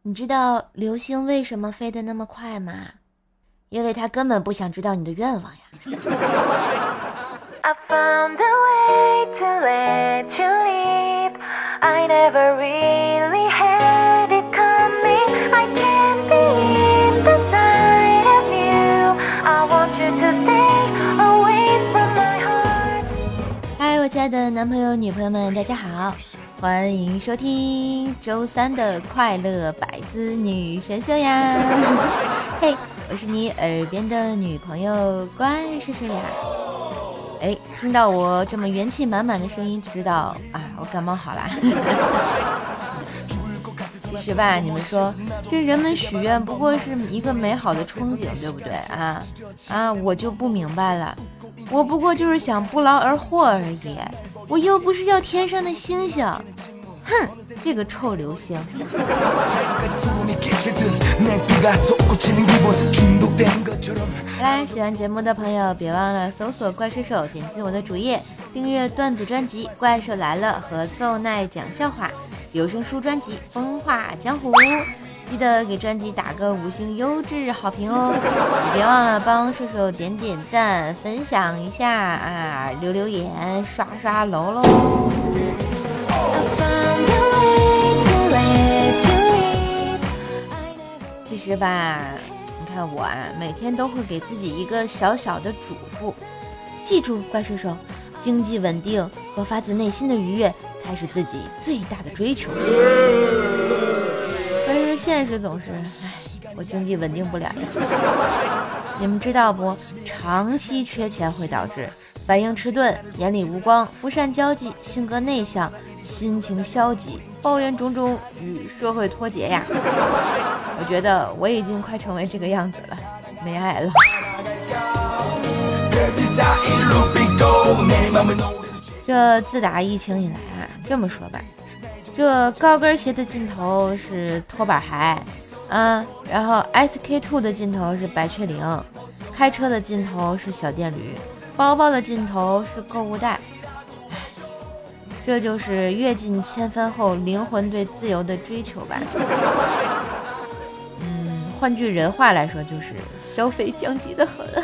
你知道流星为什么飞得那么快吗？因为他根本不想知道你的愿望呀。I found a way to let you leave. I never really had it coming. I can't be in the side of you. I want you to stay away from my heart. 嗨，我亲爱的男朋友女朋友们，大家好，欢迎收听周三的快乐百思女神秀呀。嘿，我是你耳边的女朋友乖是谁呀？哎，听到我这么元气满满的声音就知道啊，我感冒好啦。其实吧，你们说这人们许愿不过是一个美好的憧憬，对不对啊？我就不明白了，我不过就是想不劳而获而已，我又不是要天上的星星。哼，这个臭流星。好啦，喜欢节目的朋友别忘了搜索怪兽手，点击我的主页订阅段子专辑《怪兽来了》和奏奈讲笑话有声书专辑《风化江湖》，记得给专辑打个5星优质好评哦！也别忘了帮兽手点点赞，分享一下啊，留言，刷刷楼喽！其实吧，你看我啊，每天都会给自己一个小小的嘱咐，记住，怪兽手，经济稳定和发自内心的愉悦才是自己最大的追求。可是现实总是，我经济稳定不了呀。你们知道不？长期缺钱会导致反应迟钝、眼里无光、不善交际、性格内向、心情消极、抱怨种种与社会脱节呀。我觉得我已经快成为这个样子了，没爱了。这自打疫情以来啊，这么说吧，这高跟鞋的尽头是拖板鞋然后 SK2 的尽头是百雀羚，开车的尽头是小电驴，包包的尽头是购物袋。这就是阅尽千帆后灵魂对自由的追求吧。换句人话来说，就是消费降级的很。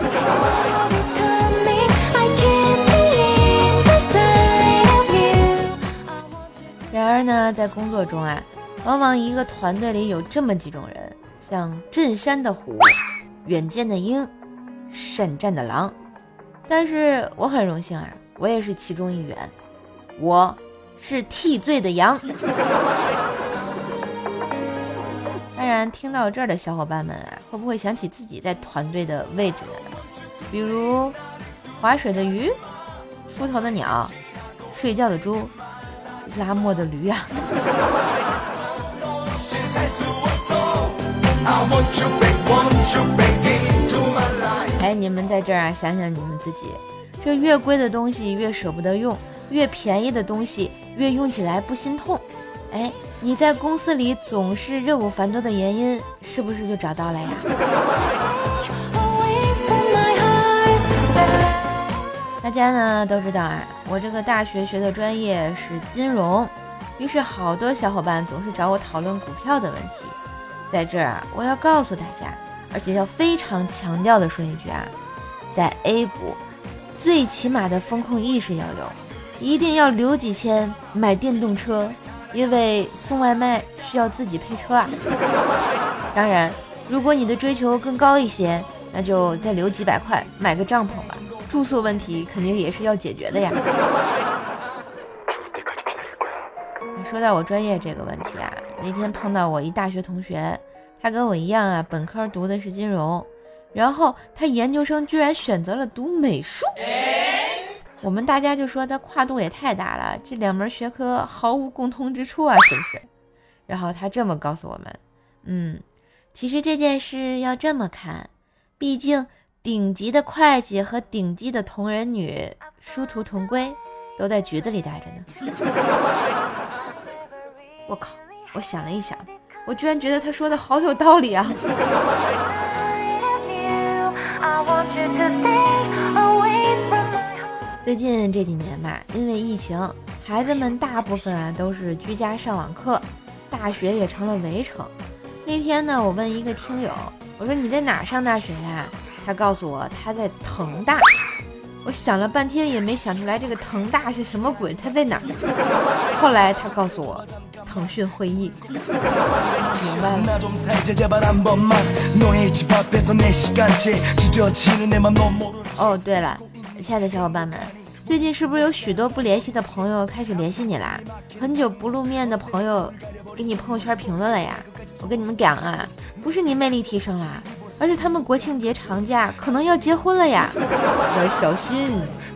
然而呢，在工作中啊，往往一个团队里有这么几种人，像镇山的虎、远见的鹰、善战的狼。但是我很荣幸啊，我也是其中一员，我是替罪的羊。当然，听到这儿的小伙伴们啊，会不会想起自己在团队的位置呢？比如划水的鱼、出头的鸟、睡觉的猪、拉磨的驴啊。哎，你们在这儿啊，想想你们自己，这越贵的东西越舍不得用，越便宜的东西越用起来不心痛。哎，你在公司里总是任务繁多的原因，是不是就找到了呀？大家呢都知道啊，我这个大学学的专业是金融，于是好多小伙伴总是找我讨论股票的问题。在这儿啊，我要告诉大家，而且要非常强调的说一句啊，在 A 股，最起码的风控意识要有，一定要留几千买电动车。因为送外卖需要自己配车啊。当然，如果你的追求更高一些，那就再留几百块买个帐篷吧，住宿问题肯定也是要解决的呀。说到我专业这个问题啊，那天碰到我一大学同学，他跟我一样啊，本科读的是金融，然后他研究生居然选择了读美术。我们大家就说他跨度也太大了，这两门学科毫无共通之处啊，是不是？然后他这么告诉我们，其实这件事要这么看，毕竟顶级的会计和顶级的同人女殊途同归，都在局子里待着呢。我靠，我想了一想，我居然觉得他说的好有道理啊。最近这几年吧，因为疫情，孩子们大部分都是居家上网课， 大学也成了围城。那天呢，我问一个听友，我说你在哪上大学呀？他告诉我他在腾大。我想了半天也没想出来这个腾大是什么鬼，他在哪儿？后来他告诉我，腾讯会议。明白了。哦，对了，亲爱的小伙伴们，最近是不是有许多不联系的朋友开始联系你啦？很久不露面的朋友给你朋友圈评论了呀？我跟你们讲啊，不是你魅力提升啦，而是他们国庆节长假可能要结婚了呀，要小心。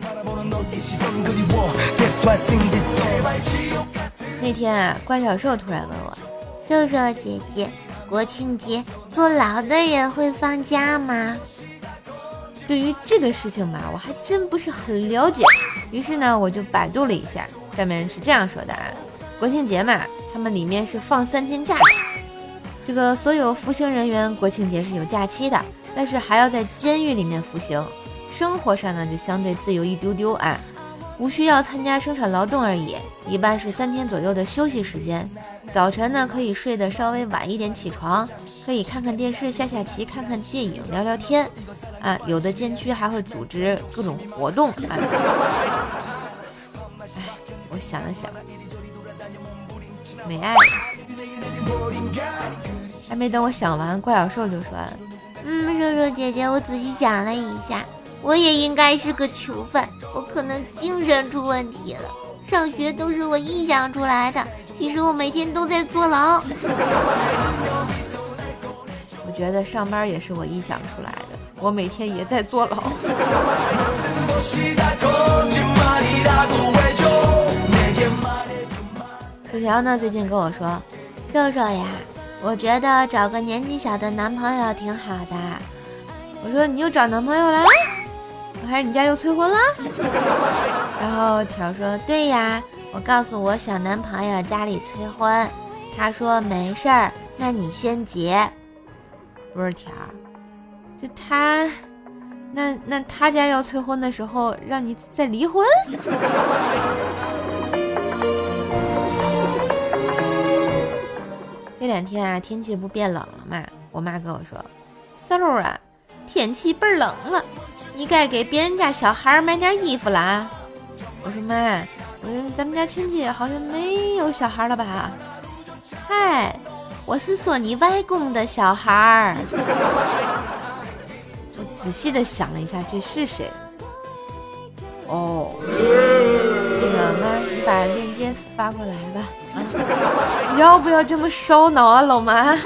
那天啊，怪小兽突然问我， 瘦瘦姐姐，国庆节坐牢的人会放假吗？ 对于这个事情吧，我还真不是很了解，于是呢，我就百度了一下，上面是这样说的啊，国庆节嘛，他们里面是放3天假的。这个所有服刑人员国庆节是有假期的，但是还要在监狱里面服刑，生活上呢就相对自由一丢丢啊，无需要参加生产劳动而已，一般是3天左右的休息时间。早晨呢可以睡得稍微晚一点起床，可以看看电视、下下棋、看看电影、聊聊天啊。有的监区还会组织各种活动啊。哎，我想了想，没爱了。还没等我想完，怪小兽就说了， 瘦瘦姐姐，我仔细想了一下，我也应该是个囚犯，我可能精神出问题了。上学都是我臆想出来的，其实我每天都在坐牢。 我觉得上班也是我臆想出来的，我每天也在坐牢。薯条呢最近跟我说， 瘦瘦呀，我觉得找个年纪小的男朋友挺好的。 我说你又找男朋友啦？还是你家又催婚了？ 然后条说对呀，我告诉我小男朋友家里催婚，他说没事儿，那你先结。 不是条，这他那他家要催婚的时候让你再离婚？这2天啊，天气不变冷了嘛，我妈跟我说，三路啊，天气倍儿冷了，你该给别人家小孩买点衣服啦。我说妈，我说咱们家亲戚好像没有小孩了吧？ 嗨，我是说你外公的小孩。 我仔细的想了一下，这是谁？哦，那个妈，你把链接发过来吧。啊，要不要这么烧脑啊，老妈？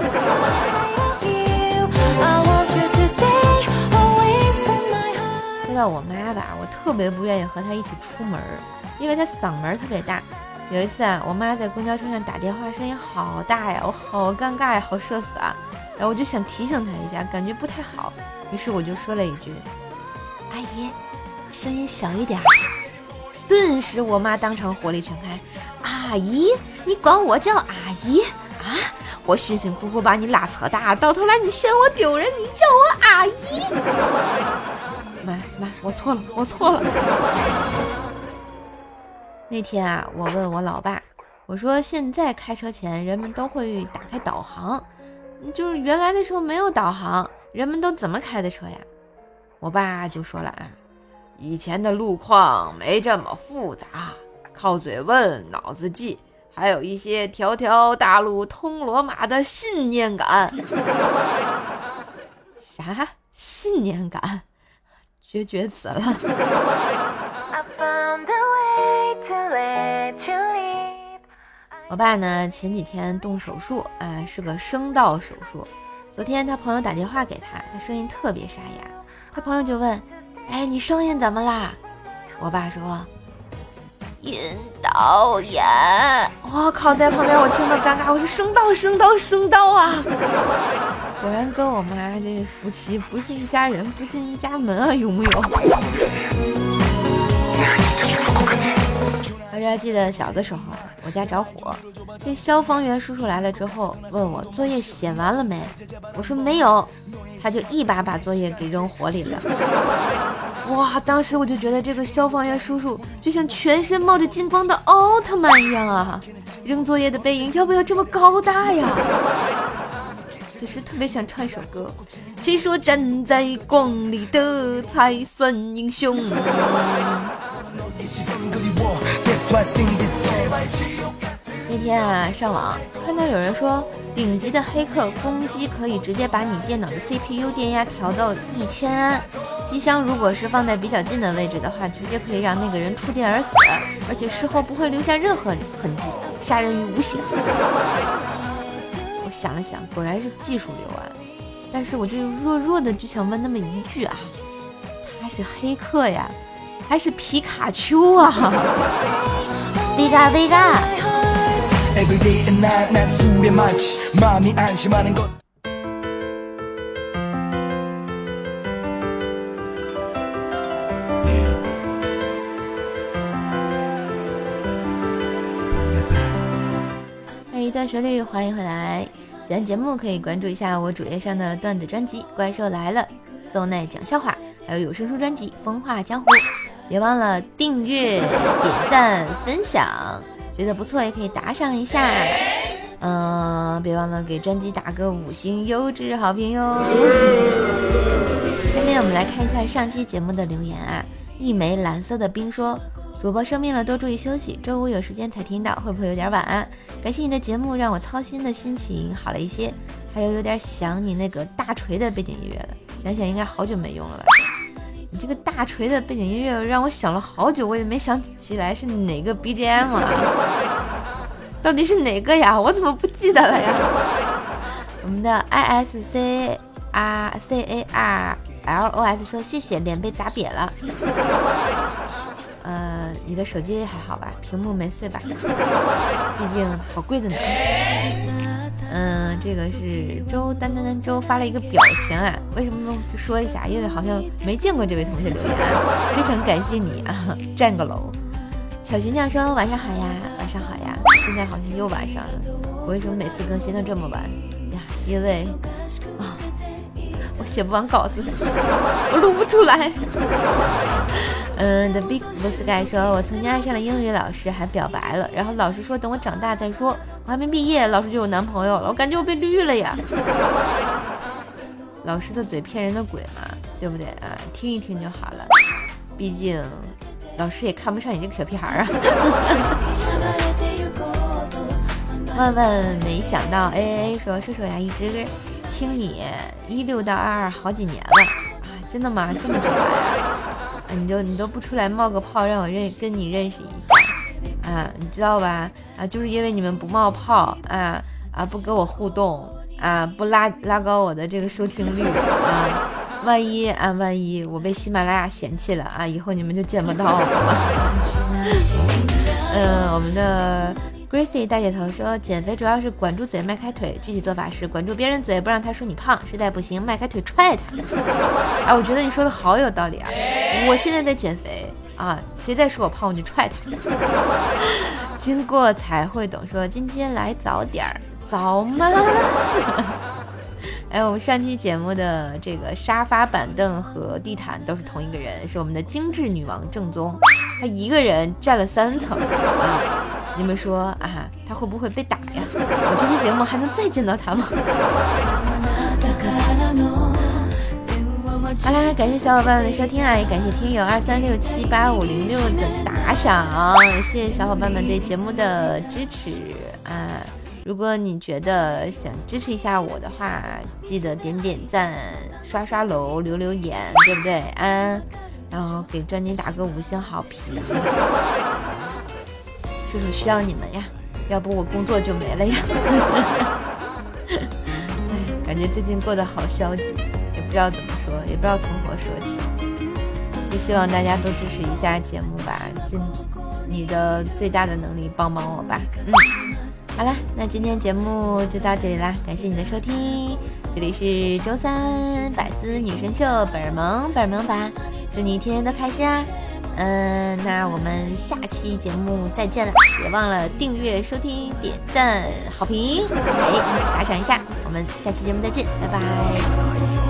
说到我妈吧，我特别不愿意和她一起出门，因为她嗓门特别大。有一次啊，我妈在公交车上打电话，声音好大呀，我好尴尬呀，好社死啊。然后我就想提醒她一下，感觉不太好，于是我就说了一句，阿姨，声音小一点。顿时我妈当场火力全开，阿姨，你管我叫阿姨啊？我辛辛苦苦把你拉扯大，到头来你嫌我丢人，你叫我阿姨。妈，我错了。那天啊，我问我老爸，我说现在开车前人们都会打开导航，就是原来的时候没有导航，人们都怎么开的车呀？我爸就说了啊，以前的路况没这么复杂，靠嘴问，脑子记，还有一些条条大路通罗马的信念感。啥信念感？绝子了。我爸呢前几天动手术啊，是个声道手术。昨天他朋友打电话给他，他声音特别沙哑，他朋友就问，哎，你声音怎么啦？我爸说，阴道炎。我靠，在旁边我听到尴尬，我说声道啊。果然跟我妈这夫妻不是一家人，不进一家门啊，有没有？我还记得小的时候啊，我家着火，这消防员叔叔来了之后问我作业写完了没，我说没有，他就一把作业给扔火里了。 哇，当时我就觉得这个消防员叔叔就像全身冒着金光的奥特曼一样啊，扔作业的背影要不要这么高大呀？此时特别想唱一首歌，谁说站在光里的才算英雄？那天啊，上网看到有人说，顶级的黑客攻击可以直接把你电脑的 CPU 电压调到1000安，机箱如果是放在比较近的位置的话，直接可以让那个人触电而死，而且事后不会留下任何痕迹，杀人于无形。我想了想，果然是技术流啊！但是我就弱的就想问那么一句啊，他是黑客呀，还是皮卡丘啊？ 比嘎比嘎。 一段旋律，欢迎回来。喜欢节目可以关注一下我主页上的段子专辑《怪兽来了》、邹奈讲笑话，还有有声书专辑《风化江湖》。别忘了订阅、点赞、分享，觉得不错也可以打赏一下。别忘了给专辑打个5星优质好评哟。下面我们来看一下上期节目的留言啊。一枚蓝色的冰说，主播生病了，多注意休息，周五有时间才听到，会不会有点晚啊？感谢你的节目，让我操心的心情好了一些，还有点想你那个大锤的背景音乐了，想想应该好久没用了吧。你这个大锤的背景音乐让我想了好久，我也没想起来是哪个 BGM 啊，到底是哪个呀？我怎么不记得了呀？我们的 ISCRCARLOS 说谢谢，脸被砸瘪了。你的手机还好吧？屏幕没碎吧？毕竟好贵的呢。这个是周丹发了一个表情啊，为什么就说一下？因为好像没见过这位同学留言，非常感谢你啊，站个楼。巧寻酱说晚上好呀，晚上好呀，现在好像又晚上了，我为什么每次更新都这么晚呀？因为我写不完稿子，我录不出来。The Big Blue Sky 说，我曾经爱上了英语老师，还表白了，然后老师说等我长大再说，我还没毕业，老师就有男朋友了，我感觉我被绿了呀。老师的嘴骗人的鬼嘛，对不对啊？听一听就好了，毕竟老师也看不上你这个小屁孩啊。万万没想到 AA 说射手呀，一直听你16到22好几年了啊，真的吗？这么久了呀？你都不出来冒个泡，让我跟你认识一下啊，你知道吧？啊，就是因为你们不冒泡啊，不跟我互动啊，不拉高我的这个收听率啊，万一我被喜马拉雅嫌弃了啊，以后你们就见不到了。我们的 Gracie 大姐头说，减肥主要是管住嘴迈开腿，具体做法是管住别人嘴，不让他说你胖，实在不行迈开腿踹他。我觉得你说的好有道理啊，我现在在减肥啊，谁再说我胖我就踹他。经过才会懂说，今天来早点儿，早吗？我们上期节目的这个沙发板凳和地毯都是同一个人，是我们的精致女王正宗，她一个人占了3层啊！你们说啊，她会不会被打呀？我这期节目还能再见到她吗？好啦，感谢小伙伴们的收听啊，也感谢听友2367856的打赏，谢谢小伙伴们对节目的支持啊！如果你觉得想支持一下我的话，记得点赞、刷楼、留言，对不对啊？然后给专辑打个5星好评，就是需要你们呀，要不我工作就没了呀。感觉最近过得好消极，也不知道怎么说，也不知道从何说起。就希望大家多支持一下节目吧，尽你的最大的能力帮我吧。好了，那今天节目就到这里啦，感谢你的收听，这里是周3百思女神秀，本儿萌吧，祝你天天都开心啊！那我们下期节目再见了，别忘了订阅、收听、点赞、好评，打赏一下，我们下期节目再见，拜拜。